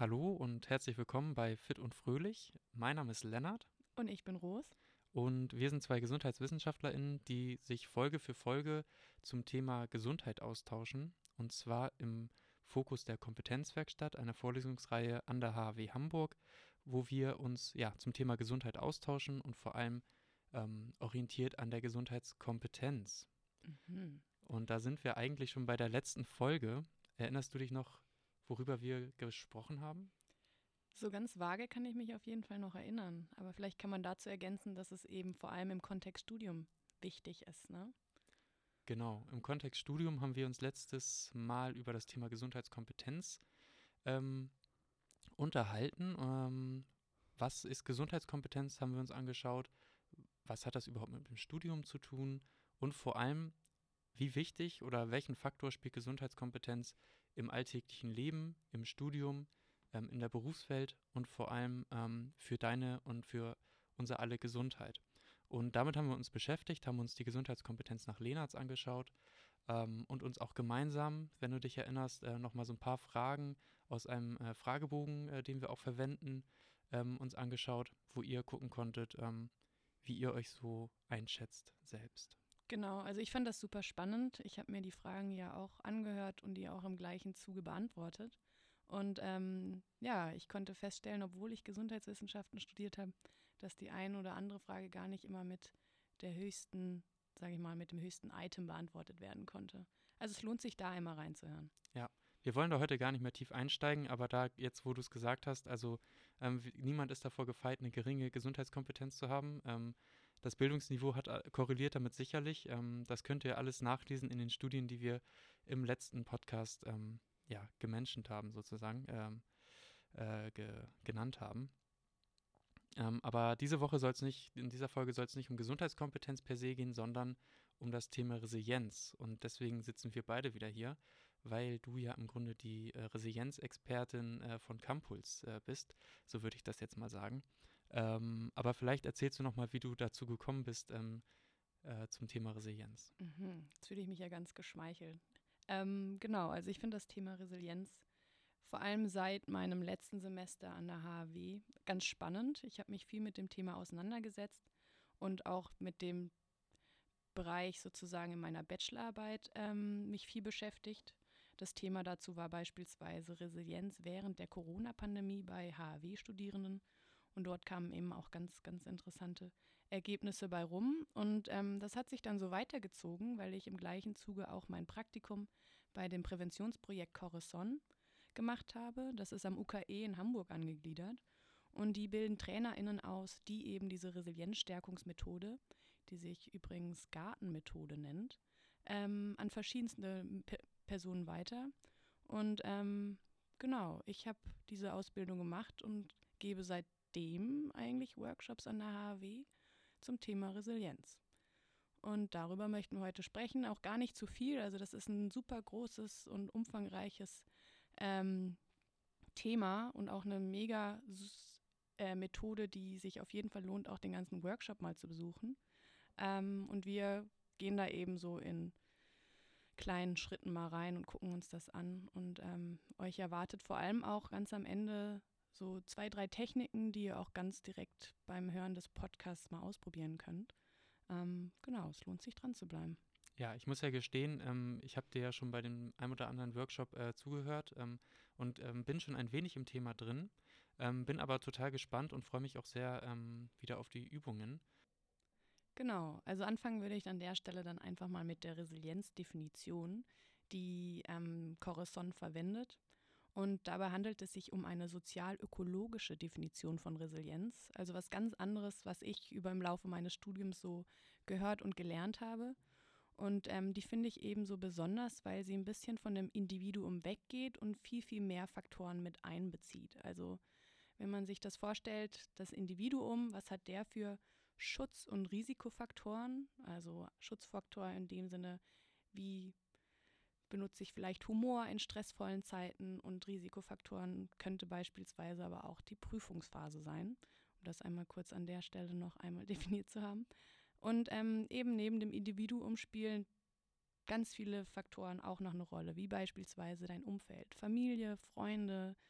Hallo und herzlich willkommen bei Fit und Fröhlich. Mein Name ist Lennart Und ich bin Ros. und wir sind zwei GesundheitswissenschaftlerInnen, die sich Folge für Folge zum Thema Gesundheit austauschen. Und zwar im Fokus der Kompetenzwerkstatt, einer Vorlesungsreihe an der HAW Hamburg, wo wir uns zum Thema Gesundheit austauschen und vor allem orientiert an der Gesundheitskompetenz. Mhm. Und da sind wir eigentlich schon bei der letzten Folge. Erinnerst du dich noch, worüber wir gesprochen haben? So ganz vage kann ich mich auf jeden Fall noch erinnern. Aber vielleicht kann man dazu ergänzen, dass es eben vor allem im Kontext Studium wichtig ist, ne? Genau, im Kontext Studium haben wir uns letztes Mal über das Thema Gesundheitskompetenz ähm, unterhalten. Was ist Gesundheitskompetenz, haben wir uns angeschaut. Was hat das überhaupt mit dem Studium zu tun? Und vor allem, wie wichtig oder welchen Faktor spielt Gesundheitskompetenz im alltäglichen Leben, im Studium, in der Berufswelt und vor allem für deine und für unser alle Gesundheit. Und damit haben wir uns beschäftigt, haben uns die Gesundheitskompetenz nach Lehnertz angeschaut und uns auch gemeinsam, wenn du dich erinnerst, nochmal so ein paar Fragen aus einem Fragebogen, den wir auch verwenden, uns angeschaut, wo ihr gucken konntet, wie ihr euch so einschätzt selbst. Genau, also ich fand das super spannend. Ich habe mir die Fragen ja auch angehört und die auch im gleichen Zuge beantwortet. Und ich konnte feststellen, obwohl ich Gesundheitswissenschaften studiert habe, dass die eine oder andere Frage gar nicht immer mit der höchsten, sage ich mal, mit dem höchsten Item beantwortet werden konnte. Also es lohnt sich da einmal reinzuhören. Ja, wir wollen da heute gar nicht mehr tief einsteigen, aber da jetzt, wo du es gesagt hast, also niemand ist davor gefeit, eine geringe Gesundheitskompetenz zu haben. Das Bildungsniveau hat korreliert damit sicherlich. Das könnt ihr alles nachlesen in den Studien, die wir im letzten Podcast gemenschent haben, sozusagen, genannt haben. Aber in dieser Folge soll es nicht um Gesundheitskompetenz per se gehen, sondern um das Thema Resilienz. Und deswegen sitzen wir beide wieder hier, weil du ja im Grunde die Resilienzexpertin von Campuls bist. So würde ich das jetzt mal sagen. Aber vielleicht erzählst du nochmal, wie du dazu gekommen bist zum Thema Resilienz. Jetzt fühle ich mich ja ganz geschmeichelt. Genau, also ich finde das Thema Resilienz vor allem seit meinem letzten Semester an der HAW ganz spannend. Ich habe mich viel mit dem Thema auseinandergesetzt und auch mit dem Bereich sozusagen in meiner Bachelorarbeit mich viel beschäftigt. Das Thema dazu war beispielsweise Resilienz während der Corona-Pandemie bei HAW-Studierenden. Und dort kamen eben auch ganz, ganz interessante Ergebnisse bei rum. Und das hat sich dann so weitergezogen, weil ich im gleichen Zuge auch mein Praktikum bei dem Präventionsprojekt Corazon gemacht habe. Das ist am UKE in Hamburg angegliedert. Und die bilden TrainerInnen aus, die eben diese Resilienzstärkungsmethode, die sich übrigens Gartenmethode nennt, an verschiedenste Personen weiter. Und genau, ich habe diese Ausbildung gemacht und gebe seitdem eigentlich Workshops an der HAW zum Thema Resilienz. Und darüber möchten wir heute sprechen, auch gar nicht zu viel. Also das ist ein super großes und umfangreiches Thema und auch eine mega Methode, die sich auf jeden Fall lohnt, auch den ganzen Workshop mal zu besuchen. Und wir gehen da eben so in kleinen Schritten mal rein und gucken uns das an. Und euch erwartet vor allem auch ganz am Ende so 2, 3 Techniken, die ihr auch ganz direkt beim Hören des Podcasts mal ausprobieren könnt. Genau, es lohnt sich dran zu bleiben. Ja, ich muss ja gestehen, ich habe dir ja schon bei dem einem oder anderen Workshop zugehört und bin schon ein wenig im Thema drin, bin aber total gespannt und freue mich auch sehr wieder auf die Übungen. Genau, also anfangen würde ich an der Stelle dann einfach mal mit der Resilienzdefinition, die Corazon verwendet. Und dabei handelt es sich um eine sozial-ökologische Definition von Resilienz, also was ganz anderes, was ich über im Laufe meines Studiums so gehört und gelernt habe. Und die finde ich eben so besonders, weil sie ein bisschen von dem Individuum weggeht und viel, viel mehr Faktoren mit einbezieht. Also wenn man sich das vorstellt, das Individuum, was hat der für Schutz- und Risikofaktoren? Also Schutzfaktor in dem Sinne, wie benutze ich vielleicht Humor in stressvollen Zeiten, und Risikofaktoren könnte beispielsweise aber auch die Prüfungsphase sein, um das einmal kurz an der Stelle noch einmal definiert zu haben. Und eben neben dem Individuum spielen ganz viele Faktoren auch noch eine Rolle, wie beispielsweise dein Umfeld, Familie, Freunde,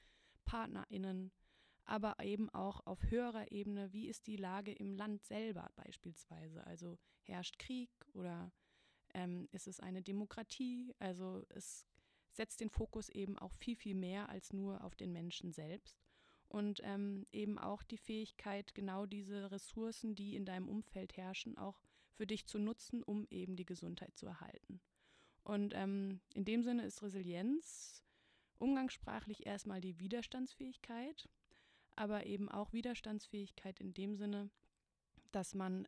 PartnerInnen, aber eben auch auf höherer Ebene, wie ist die Lage im Land selber beispielsweise? Also herrscht Krieg oder ist es eine Demokratie? Also es setzt den Fokus eben auch viel, viel mehr als nur auf den Menschen selbst. Und eben auch die Fähigkeit, genau diese Ressourcen, die in deinem Umfeld herrschen, auch für dich zu nutzen, um eben die Gesundheit zu erhalten. Und in dem Sinne ist Resilienz umgangssprachlich erstmal die Widerstandsfähigkeit, aber eben auch Widerstandsfähigkeit in dem Sinne, dass man,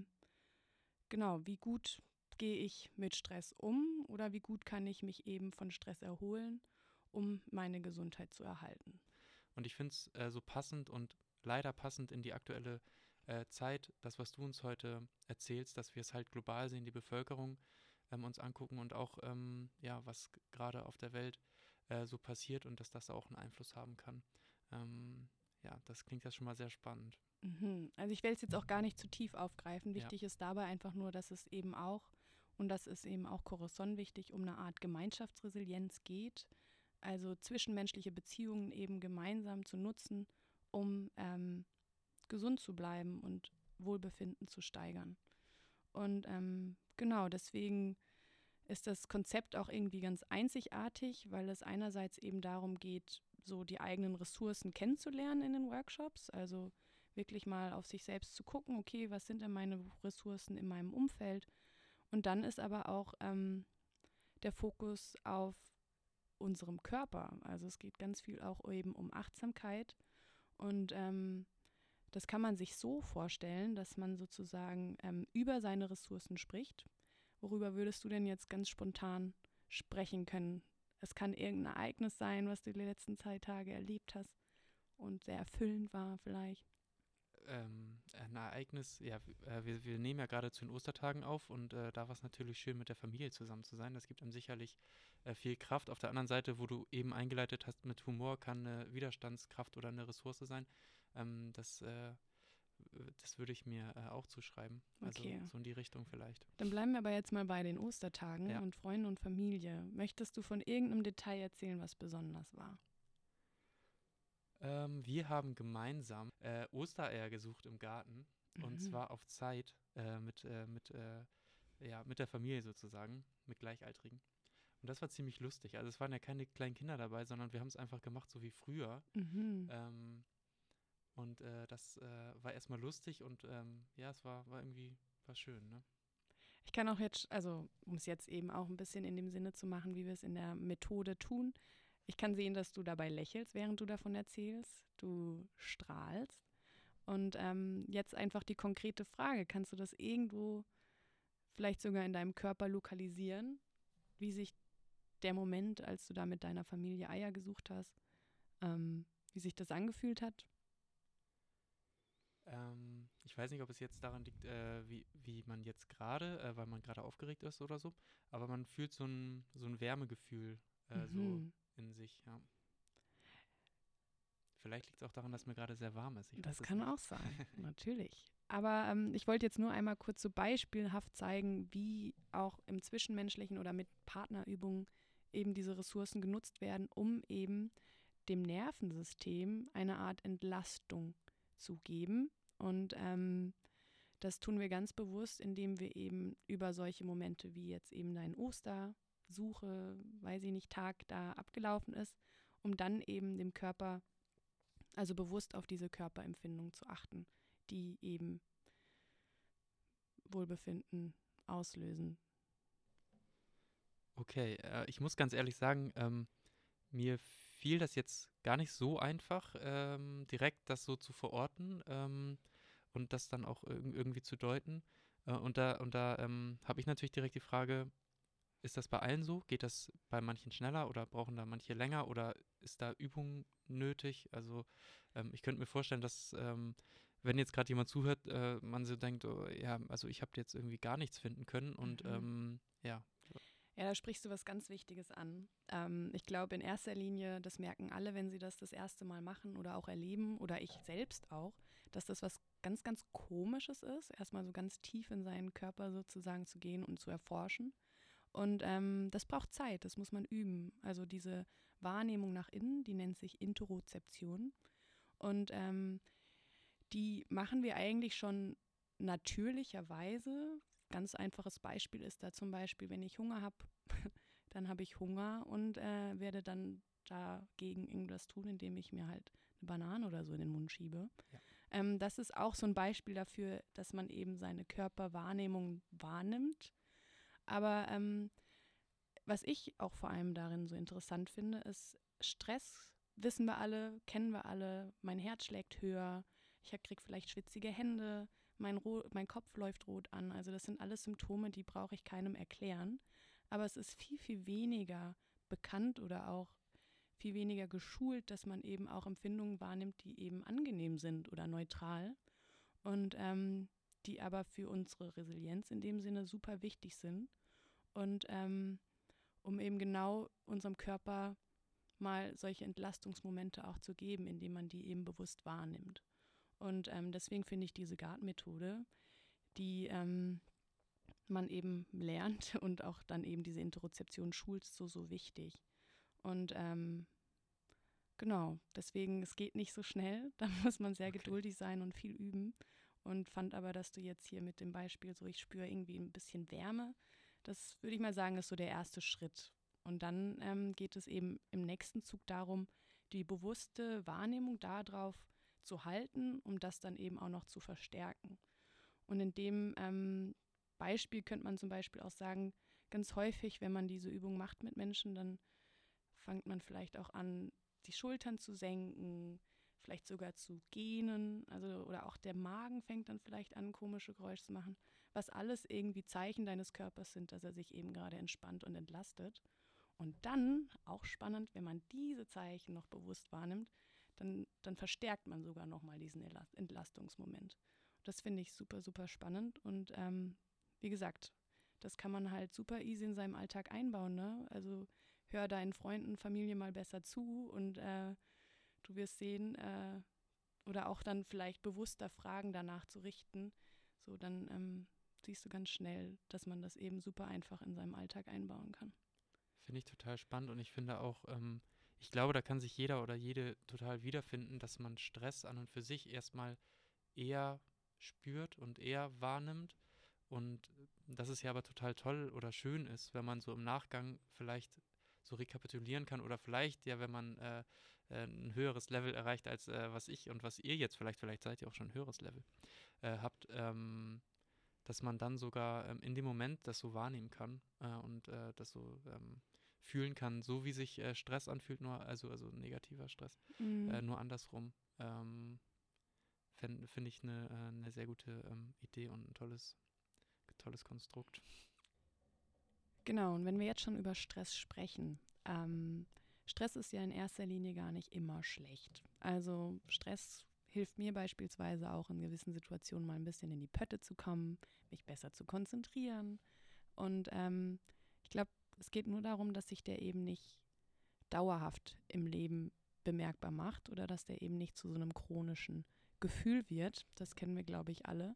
genau, wie gut gehe ich mit Stress um oder wie gut kann ich mich eben von Stress erholen, um meine Gesundheit zu erhalten. Und ich finde es so passend und leider passend in die aktuelle Zeit, das, was du uns heute erzählst, dass wir es halt global sehen, die Bevölkerung uns angucken und auch, ja, was gerade auf der Welt so passiert und dass das auch einen Einfluss haben kann. Ja, das klingt ja schon mal sehr spannend. Also ich will es jetzt auch gar nicht zu tief aufgreifen. Ja. Wichtig ist dabei einfach nur, dass es eben auch, und das ist eben auch Corazon wichtig, um eine Art Gemeinschaftsresilienz geht. Also zwischenmenschliche Beziehungen eben gemeinsam zu nutzen, um gesund zu bleiben und Wohlbefinden zu steigern. Und genau, deswegen ist das Konzept auch irgendwie ganz einzigartig, weil es einerseits eben darum geht, so die eigenen Ressourcen kennenzulernen in den Workshops, also wirklich mal auf sich selbst zu gucken, okay, was sind denn meine Ressourcen in meinem Umfeld? Und dann ist aber auch der Fokus auf unserem Körper. Also es geht ganz viel auch eben um Achtsamkeit und das kann man sich so vorstellen, dass man sozusagen über seine Ressourcen spricht. Worüber würdest du denn jetzt ganz spontan sprechen können? Es kann irgendein Ereignis sein, was du die letzten 2 Tage erlebt hast und sehr erfüllend war vielleicht. Ein Ereignis, ja, wir nehmen ja gerade zu den Ostertagen auf und da war es natürlich schön, mit der Familie zusammen zu sein. Das gibt einem sicherlich viel Kraft. Auf der anderen Seite, wo du eben eingeleitet hast, mit Humor kann eine Widerstandskraft oder eine Ressource sein. Das würde ich mir auch zuschreiben. Also Okay. so in die Richtung vielleicht. Dann bleiben wir aber jetzt mal bei den Ostertagen Ja. und Freunde und Familie. Möchtest du von irgendeinem Detail erzählen, was besonders war? Wir haben gemeinsam Ostereier gesucht im Garten und zwar auf Zeit mit der Familie sozusagen, mit Gleichaltrigen. Und das war ziemlich lustig. Also es waren ja keine kleinen Kinder dabei, sondern wir haben es einfach gemacht, so wie früher. Mhm. Und das war erstmal lustig und ja, es war schön, ne? Ich kann auch jetzt, also um es jetzt eben auch ein bisschen in dem Sinne zu machen, wie wir es in der Methode tun. Ich kann sehen, dass du dabei lächelst, während du davon erzählst. Du strahlst. Und jetzt einfach die konkrete Frage, kannst du das irgendwo vielleicht sogar in deinem Körper lokalisieren, wie sich der Moment, als du da mit deiner Familie Eier gesucht hast, wie sich das angefühlt hat? Ich weiß nicht, ob es jetzt daran liegt, wie man jetzt gerade, weil man gerade aufgeregt ist oder so, aber man fühlt so ein Wärmegefühl so in sich, ja. Vielleicht liegt es auch daran, dass mir gerade sehr warm ist. Ich weiß Das es kann nicht. auch sein, natürlich. Aber ich wollte jetzt nur einmal kurz so beispielhaft zeigen, wie auch im Zwischenmenschlichen oder mit Partnerübungen eben diese Ressourcen genutzt werden, um eben dem Nervensystem eine Art Entlastung zu geben. Und das tun wir ganz bewusst, indem wir eben über solche Momente wie jetzt eben dein Ostersuche, weiß ich nicht, Tag da abgelaufen ist, um dann eben dem Körper, also bewusst auf diese Körperempfindung zu achten, die eben Wohlbefinden auslösen. Okay, ich muss ganz ehrlich sagen, mir fiel das jetzt gar nicht so einfach, direkt das so zu verorten und das dann auch irgendwie zu deuten. Und da habe ich natürlich direkt die Frage, ist das bei allen so? Geht das bei manchen schneller oder brauchen da manche länger oder ist da Übung nötig? Also ich könnte mir vorstellen, dass wenn jetzt gerade jemand zuhört, man so denkt, oh, ja, also ich habe jetzt irgendwie gar nichts finden können und ja. Ja, da sprichst du was ganz Wichtiges an. Ich glaube, in erster Linie, das merken alle, wenn sie das erste Mal machen oder auch erleben, oder ich selbst auch, dass das was ganz, ganz Komisches ist, erstmal so ganz tief in seinen Körper sozusagen zu gehen und zu erforschen. Und das braucht Zeit, das muss man üben. Also diese Wahrnehmung nach innen, die nennt sich Interozeption. Und die machen wir eigentlich schon natürlicherweise. Ganz einfaches Beispiel ist da zum Beispiel, wenn ich Hunger habe, dann habe ich Hunger und werde dann dagegen irgendwas tun, indem ich mir halt eine Banane oder so in den Mund schiebe. Ja. Das ist auch so ein Beispiel dafür, dass man eben seine Körperwahrnehmung wahrnimmt. Aber was ich auch vor allem darin so interessant finde, ist Stress. Wissen wir alle, kennen wir alle, mein Herz schlägt höher, ich kriege vielleicht schwitzige Hände, mein Kopf läuft rot an. Also das sind alles Symptome, die brauche ich keinem erklären. Aber es ist viel, viel weniger bekannt oder auch viel weniger geschult, dass man eben auch Empfindungen wahrnimmt, die eben angenehm sind oder neutral und die aber für unsere Resilienz in dem Sinne super wichtig sind. Und um eben genau unserem Körper mal solche Entlastungsmomente auch zu geben, indem man die eben bewusst wahrnimmt. Und deswegen finde ich diese GARD-Methode, die man eben lernt und auch dann eben diese Interozeption schult, so wichtig. Und genau, deswegen, es geht nicht so schnell, da muss man sehr geduldig sein und viel üben. Und fand aber, dass du jetzt hier mit dem Beispiel so, ich spüre irgendwie ein bisschen Wärme, das würde ich mal sagen, ist so der erste Schritt. Und dann geht es eben im nächsten Zug darum, die bewusste Wahrnehmung darauf zu halten, um das dann eben auch noch zu verstärken. Und in dem Beispiel könnte man zum Beispiel auch sagen, ganz häufig, wenn man diese Übung macht mit Menschen, dann fängt man vielleicht auch an, die Schultern zu senken, vielleicht sogar zu gähnen, also oder auch der Magen fängt dann vielleicht an, komische Geräusche zu machen, was alles irgendwie Zeichen deines Körpers sind, dass er sich eben gerade entspannt und entlastet. Und dann, auch spannend, wenn man diese Zeichen noch bewusst wahrnimmt, dann verstärkt man sogar nochmal diesen Entlastungsmoment. Das finde ich super, super spannend und wie gesagt, das kann man halt super easy in seinem Alltag einbauen, ne? Also hör deinen Freunden, Familie mal besser zu und du wirst sehen, oder auch dann vielleicht bewusster Fragen danach zu richten, so dann siehst du ganz schnell, dass man das eben super einfach in seinem Alltag einbauen kann. Finde ich total spannend und ich finde auch, ich glaube, da kann sich jeder oder jede total wiederfinden, dass man Stress an und für sich erstmal eher spürt und eher wahrnimmt und dass es ja aber total toll oder schön ist, wenn man so im Nachgang vielleicht so rekapitulieren kann oder vielleicht ja, wenn man ein höheres Level erreicht als was ich und was ihr jetzt vielleicht seid ihr auch schon ein höheres Level habt, dass man dann sogar in dem Moment das so wahrnehmen kann und das so fühlen kann, so wie sich Stress anfühlt, nur also negativer Stress, nur andersrum. Finde ich eine sehr gute Idee und ein tolles Konstrukt. Genau, und wenn wir jetzt schon über Stress sprechen, Stress ist ja in erster Linie gar nicht immer schlecht. Also Stress hilft mir beispielsweise auch in gewissen Situationen mal ein bisschen in die Pötte zu kommen, mich besser zu konzentrieren. Und ich glaube, es geht nur darum, dass sich der eben nicht dauerhaft im Leben bemerkbar macht oder dass der eben nicht zu so einem chronischen Gefühl wird. Das kennen wir, glaube ich, alle.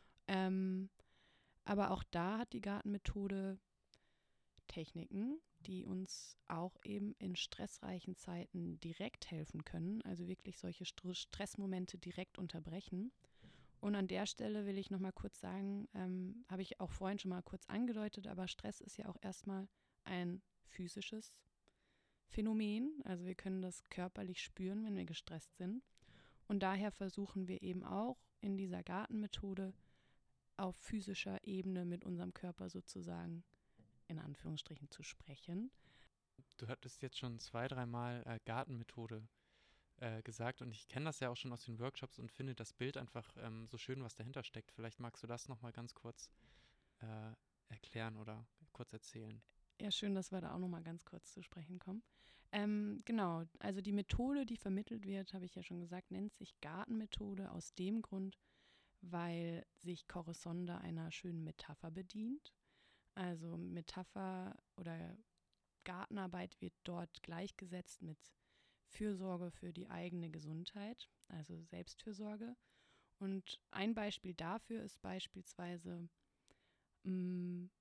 Aber auch da hat die Gartenmethode Techniken, die uns auch eben in stressreichen Zeiten direkt helfen können, also wirklich solche Stressmomente direkt unterbrechen. Und an der Stelle will ich nochmal kurz sagen, habe ich auch vorhin schon mal kurz angedeutet, aber Stress ist ja auch erstmal ein physisches Phänomen. Also wir können das körperlich spüren, wenn wir gestresst sind. Und daher versuchen wir eben auch in dieser Gartenmethode auf physischer Ebene mit unserem Körper sozusagen in Anführungsstrichen zu sprechen. Du hattest jetzt schon 2, 3 Mal Gartenmethode gesagt und ich kenne das ja auch schon aus den Workshops und finde das Bild einfach so schön, was dahinter steckt. Vielleicht magst du das nochmal ganz kurz erklären oder kurz erzählen. Ja, schön, dass wir da auch nochmal ganz kurz zu sprechen kommen. Genau, also die Methode, die vermittelt wird, habe ich ja schon gesagt, nennt sich Gartenmethode aus dem Grund, weil sich Corazon einer schönen Metapher bedient. Also Metapher oder Gartenarbeit wird dort gleichgesetzt mit Fürsorge für die eigene Gesundheit, also Selbstfürsorge. Und ein Beispiel dafür ist beispielsweise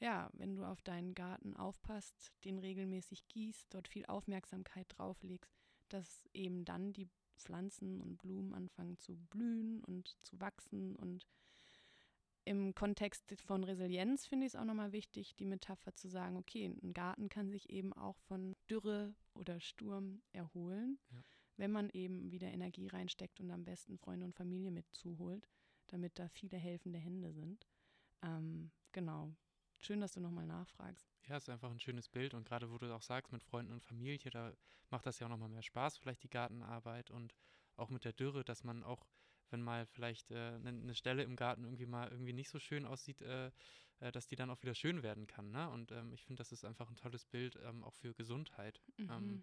ja, wenn du auf deinen Garten aufpasst, den regelmäßig gießt, dort viel Aufmerksamkeit drauf legst, dass eben dann die Pflanzen und Blumen anfangen zu blühen und zu wachsen. Und im Kontext von Resilienz finde ich es auch nochmal wichtig, die Metapher zu sagen, okay, ein Garten kann sich eben auch von Dürre oder Sturm erholen, Ja. wenn man eben wieder Energie reinsteckt und am besten Freunde und Familie mit zuholt, damit da viele helfende Hände sind. Genau. Schön, dass du nochmal nachfragst. Ja, ist einfach ein schönes Bild und gerade wo du auch sagst, mit Freunden und Familie, da macht das ja auch nochmal mehr Spaß, vielleicht die Gartenarbeit und auch mit der Dürre, dass man auch, wenn mal vielleicht eine Stelle im Garten irgendwie mal irgendwie nicht so schön aussieht, dass die dann auch wieder schön werden kann, ne? Und ich finde, das ist einfach ein tolles Bild, auch für Gesundheit. Mhm.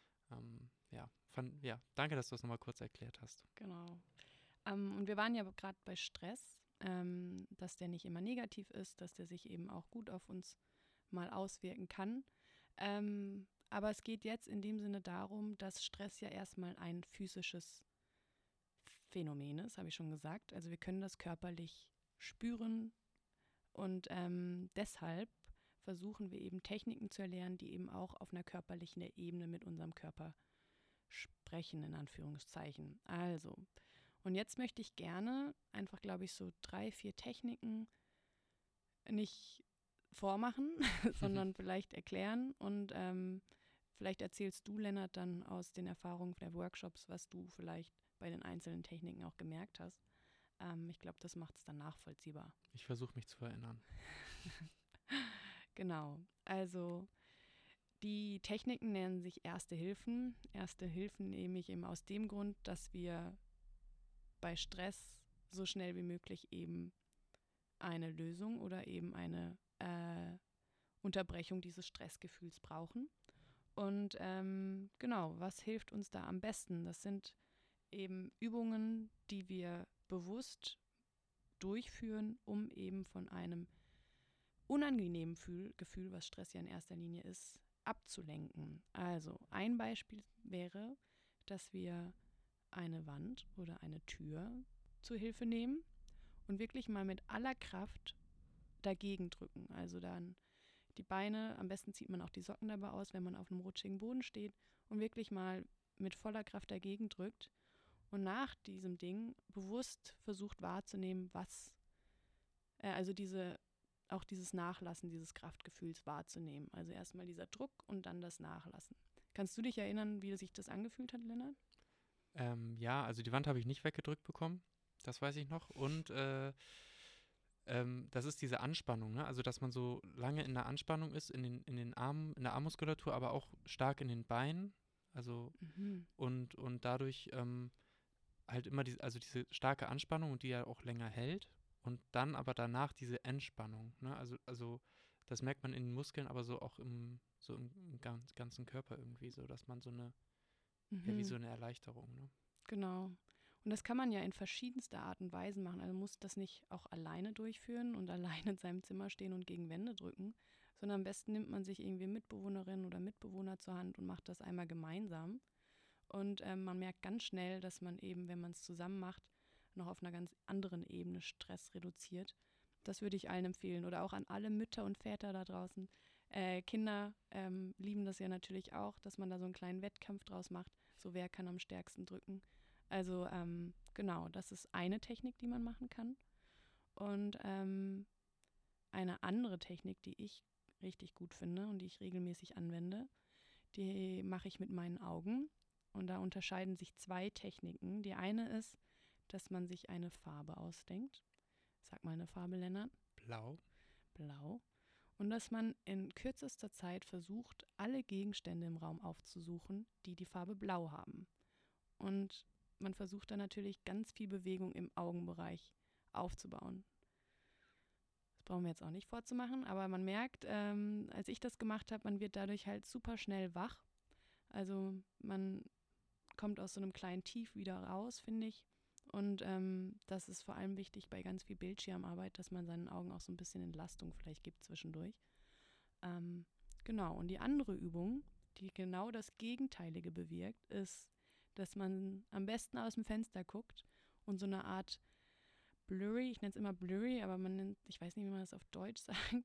Ja, danke, dass du das nochmal kurz erklärt hast. Genau. Und wir waren ja gerade bei Stress, dass der nicht immer negativ ist, dass der sich eben auch gut auf uns mal auswirken kann. Aber es geht jetzt in dem Sinne darum, dass Stress ja erstmal ein physisches Phänomen ist, habe ich schon gesagt. Also wir können das körperlich spüren und deshalb versuchen wir eben Techniken zu erlernen, die eben auch auf einer körperlichen Ebene mit unserem Körper sprechen, in Anführungszeichen. Also, und jetzt möchte ich gerne einfach, glaube ich, so 3, 4 Techniken nicht vormachen, sondern vielleicht erklären. Und vielleicht erzählst du, Lennart, dann aus den Erfahrungen der Workshops, was du vielleicht bei den einzelnen Techniken auch gemerkt hast. Ich glaube, das macht es dann nachvollziehbar. Ich versuche mich zu erinnern. Genau, also die Techniken nennen sich Erste Hilfen. Erste Hilfen nehme ich eben aus dem Grund, dass wir bei Stress so schnell wie möglich eben eine Lösung oder eben eine Unterbrechung dieses Stressgefühls brauchen. Und genau, was hilft uns da am besten? Das sind eben Übungen, die wir bewusst durchführen, um eben von einem unangenehmen Gefühl, was Stress ja in erster Linie ist, abzulenken. Also ein Beispiel wäre, dass wir eine Wand oder eine Tür zur Hilfe nehmen und wirklich mal mit aller Kraft dagegen drücken. Also dann die Beine, am besten zieht man auch die Socken dabei aus, wenn man auf einem rutschigen Boden steht und wirklich mal mit voller Kraft dagegen drückt und nach diesem Ding bewusst versucht wahrzunehmen, also auch dieses Nachlassen dieses Kraftgefühls wahrzunehmen. Also erstmal dieser Druck und dann das Nachlassen. Kannst du dich erinnern, wie sich das angefühlt hat, Lennart? Ja, also die Wand habe ich nicht weggedrückt bekommen, das weiß ich noch. Und das ist diese Anspannung, ne? Also dass man so lange in der Anspannung ist, in den Armen, in der Armmuskulatur, aber auch stark in den Beinen. Also Mhm. und dadurch halt immer diese starke Anspannung und die ja auch länger hält. Und dann aber danach diese Entspannung, ne? Also das merkt man in den Muskeln, aber so auch im ganzen Körper irgendwie so, dass man ja, wie so Mhm. eine Erleichterung, ne? Genau. Und das kann man ja in verschiedenster Art und Weise machen. Also man muss das nicht auch alleine durchführen und alleine in seinem Zimmer stehen und gegen Wände drücken, sondern am besten nimmt man sich irgendwie Mitbewohnerin oder Mitbewohner zur Hand und macht das einmal gemeinsam. Und man merkt ganz schnell, dass man eben, wenn man es zusammen macht, noch auf einer ganz anderen Ebene Stress reduziert. Das würde ich allen empfehlen. Oder auch an alle Mütter und Väter da draußen. Kinder lieben das ja natürlich auch, dass man da so einen kleinen Wettkampf draus macht. So, wer kann am stärksten drücken. Also genau, das ist eine Technik, die man machen kann. Und eine andere Technik, die ich richtig gut finde und die ich regelmäßig anwende, die mache ich mit meinen Augen. Und da unterscheiden sich 2 Techniken. Die eine ist, dass man sich eine Farbe ausdenkt. Sag mal eine Farbe, Lennart. Blau. Blau. Und dass man in kürzester Zeit versucht, alle Gegenstände im Raum aufzusuchen, die die Farbe Blau haben. Und man versucht dann natürlich ganz viel Bewegung im Augenbereich aufzubauen. Das brauchen wir jetzt auch nicht vorzumachen, aber man merkt, als ich das gemacht habe, man wird dadurch halt super schnell wach. Also man kommt aus so einem kleinen Tief wieder raus, finde ich. Und das ist vor allem wichtig bei ganz viel Bildschirmarbeit, dass man seinen Augen auch so ein bisschen Entlastung vielleicht gibt zwischendurch. Genau, und die andere Übung, die genau das Gegenteilige bewirkt, ist, dass man am besten aus dem Fenster guckt und so eine Art blurry, ich nenne es immer blurry, aber ich weiß nicht, wie man das auf Deutsch sagt,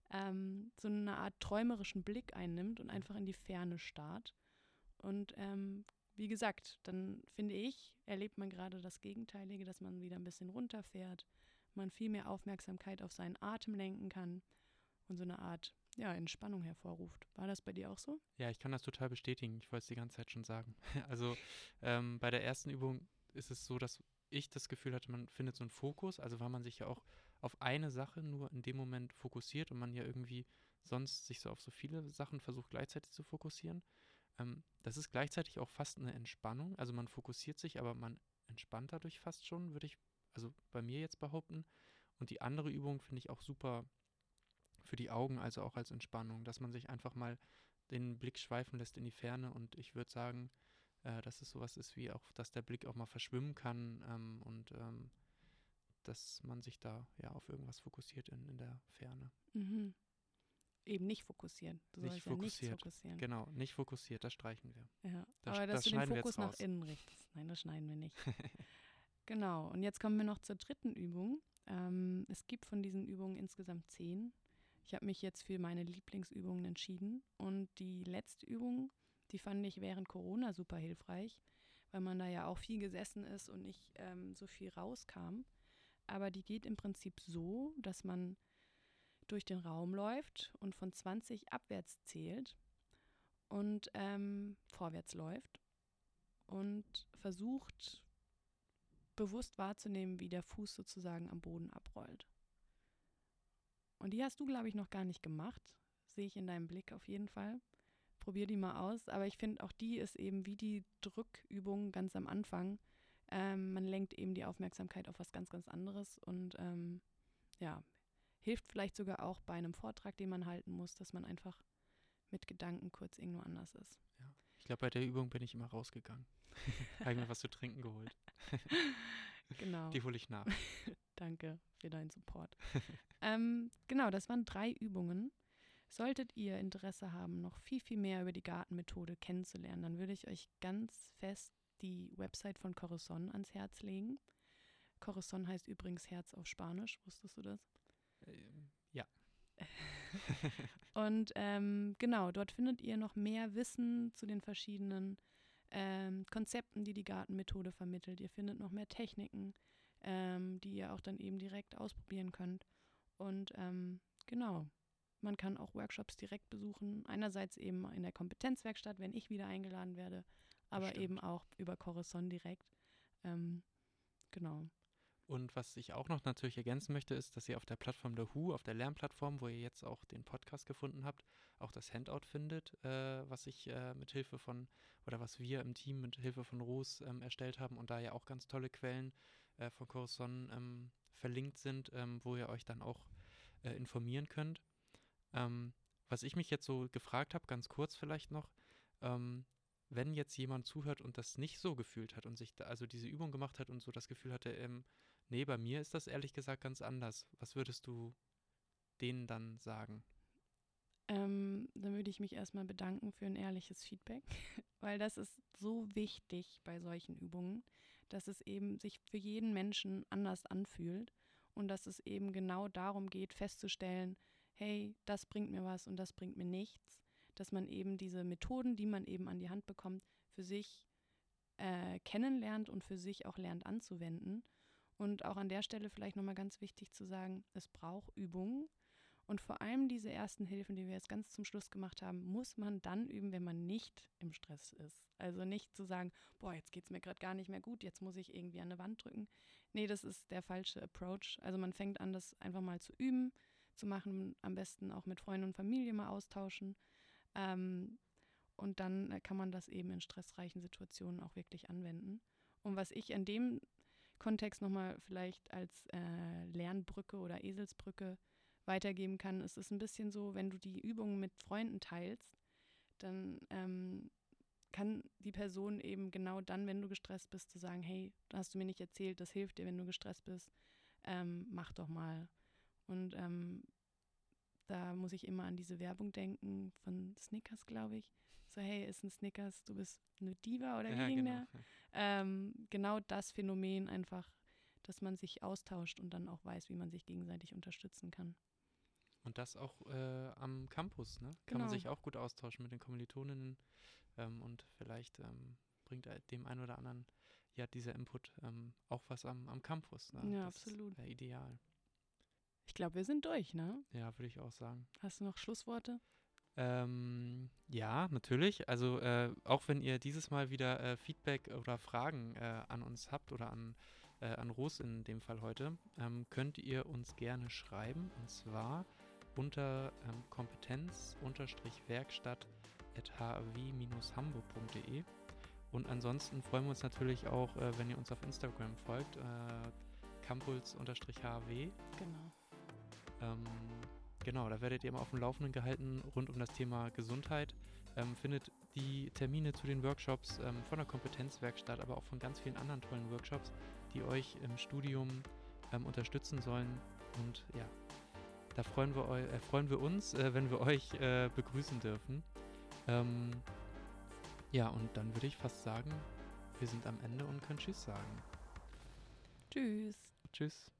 so eine Art träumerischen Blick einnimmt und einfach in die Ferne starrt. Und wie gesagt, dann finde ich, erlebt man gerade das Gegenteilige, dass man wieder ein bisschen runterfährt, man viel mehr Aufmerksamkeit auf seinen Atem lenken kann und so eine Art Entspannung hervorruft. War das bei dir auch so? Ja, ich kann das total bestätigen. Ich wollte es die ganze Zeit schon sagen. Also bei der ersten Übung ist es so, dass ich das Gefühl hatte, man findet so einen Fokus, also weil man sich ja auch auf eine Sache nur in dem Moment fokussiert und man ja irgendwie sonst sich so auf so viele Sachen versucht gleichzeitig zu fokussieren. Das ist gleichzeitig auch fast eine Entspannung. Also man fokussiert sich, aber man entspannt dadurch fast schon, würde ich also bei mir jetzt behaupten. Und die andere Übung finde ich auch super für die Augen, also auch als Entspannung, dass man sich einfach mal den Blick schweifen lässt in die Ferne. Und ich würde sagen, dass es sowas ist wie auch, dass der Blick auch mal verschwimmen kann und dass man sich da ja auf irgendwas fokussiert in der Ferne. Mhm. Eben nicht fokussieren. Du Nicht sollst ja nichts fokussiert. fokussieren. Genau, nicht fokussiert, das streichen wir. Ja. Das, Aber dass das du den schneiden wir Fokus jetzt nach raus. innen richtest. Nein, das schneiden wir nicht. Genau. Und jetzt kommen wir noch zur dritten Übung. Es gibt von diesen Übungen insgesamt 10. Ich habe mich jetzt für meine Lieblingsübungen entschieden. Und die letzte Übung, die fand ich während Corona super hilfreich, weil man da ja auch viel gesessen ist und nicht so viel rauskam. Aber die geht im Prinzip so, dass man durch den Raum läuft und von 20 abwärts zählt und vorwärts läuft und versucht bewusst wahrzunehmen, wie der Fuß sozusagen am Boden abrollt. Und die hast du, glaube ich, noch gar nicht gemacht. Sehe ich in deinem Blick auf jeden Fall. Probier die mal aus. Aber ich finde, auch die ist eben wie die Drückübung ganz am Anfang. Man lenkt eben die Aufmerksamkeit auf was ganz, ganz anderes und hilft vielleicht sogar auch bei einem Vortrag, den man halten muss, dass man einfach mit Gedanken kurz irgendwo anders ist. Ja. Ich glaube, bei der Übung bin ich immer rausgegangen. Habe ich mir was zu trinken geholt. Genau. Die hole ich nach. Danke für deinen Support. Genau, das waren 3 Übungen. Solltet ihr Interesse haben, noch viel, viel mehr über die Gartenmethode kennenzulernen, dann würde ich euch ganz fest die Website von Corazon ans Herz legen. Corazon heißt übrigens Herz auf Spanisch. Wusstest du das? Ja. Und genau, dort findet ihr noch mehr Wissen zu den verschiedenen Konzepten, die die Gartenmethode vermittelt. Ihr findet noch mehr Techniken, die ihr auch dann eben direkt ausprobieren könnt. Und genau, man kann auch Workshops direkt besuchen. Einerseits eben in der Kompetenzwerkstatt, wenn ich wieder eingeladen werde, aber eben auch über Corazon direkt. Genau. Und was ich auch noch natürlich ergänzen möchte, ist, dass ihr auf der Plattform der WHO, auf der Lernplattform, wo ihr jetzt auch den Podcast gefunden habt, auch das Handout findet, was ich mit Hilfe von, oder was wir im Team mit Hilfe von Ros erstellt haben und da ja auch ganz tolle Quellen von Corazon verlinkt sind, wo ihr euch dann auch informieren könnt. Was ich mich jetzt so gefragt habe, ganz kurz vielleicht noch, wenn jetzt jemand zuhört und das nicht so gefühlt hat und sich da, also diese Übung gemacht hat und so das Gefühl hatte, nee, bei mir ist das ehrlich gesagt ganz anders. Was würdest du denen dann sagen? Dann würde ich mich erstmal bedanken für ein ehrliches Feedback, weil das ist so wichtig bei solchen Übungen, dass es eben sich für jeden Menschen anders anfühlt und dass es eben genau darum geht, festzustellen, hey, das bringt mir was und das bringt mir nichts, dass man eben diese Methoden, die man eben an die Hand bekommt, für sich kennenlernt und für sich auch lernt anzuwenden. Und auch an der Stelle vielleicht nochmal ganz wichtig zu sagen, es braucht Übungen. Und vor allem diese ersten Hilfen, die wir jetzt ganz zum Schluss gemacht haben, muss man dann üben, wenn man nicht im Stress ist. Also nicht zu sagen, boah, jetzt geht es mir gerade gar nicht mehr gut, jetzt muss ich irgendwie an eine Wand drücken. Nee, das ist der falsche Approach. Also man fängt an, das einfach mal zu üben, zu machen, am besten auch mit Freunden und Familie mal austauschen. Und dann kann man das eben in stressreichen Situationen auch wirklich anwenden. Und was ich in dem Kontext nochmal vielleicht als Lernbrücke oder Eselsbrücke weitergeben kann, ist es ein bisschen so, wenn du die Übungen mit Freunden teilst, dann kann die Person eben genau dann, wenn du gestresst bist, zu sagen, hey, das hast du mir nicht erzählt, das hilft dir, wenn du gestresst bist, mach doch mal. Und da muss ich immer an diese Werbung denken von Snickers, glaube ich. So, hey, ist ein Snickers, du bist eine Diva oder wie ging Genau. der? Genau das Phänomen einfach, dass man sich austauscht und dann auch weiß, wie man sich gegenseitig unterstützen kann. Und das auch am Campus, ne? Kann Genau. man sich auch gut austauschen mit den Kommilitoninnen und vielleicht bringt dem einen oder anderen ja dieser Input auch was am Campus. Ne? Ja, Das absolut. wäre ideal. Ich glaube, wir sind durch, ne? Ja, würde ich auch sagen. Hast du noch Schlussworte? Ja, natürlich. Also auch wenn ihr dieses Mal wieder Feedback oder Fragen an uns habt oder an Ros in dem Fall heute, könnt ihr uns gerne schreiben, und zwar unter kompetenz-werkstatt@hw-hamburg.de. Und ansonsten freuen wir uns natürlich auch, wenn ihr uns auf Instagram folgt, campuls_hw. Genau. Genau, da werdet ihr immer auf dem Laufenden gehalten rund um das Thema Gesundheit. Findet die Termine zu den Workshops von der Kompetenzwerkstatt, aber auch von ganz vielen anderen tollen Workshops, die euch im Studium unterstützen sollen. Und ja, da freuen wir uns, wenn wir euch begrüßen dürfen. Ja, und dann würde ich fast sagen, wir sind am Ende und können Tschüss sagen. Tschüss. Tschüss.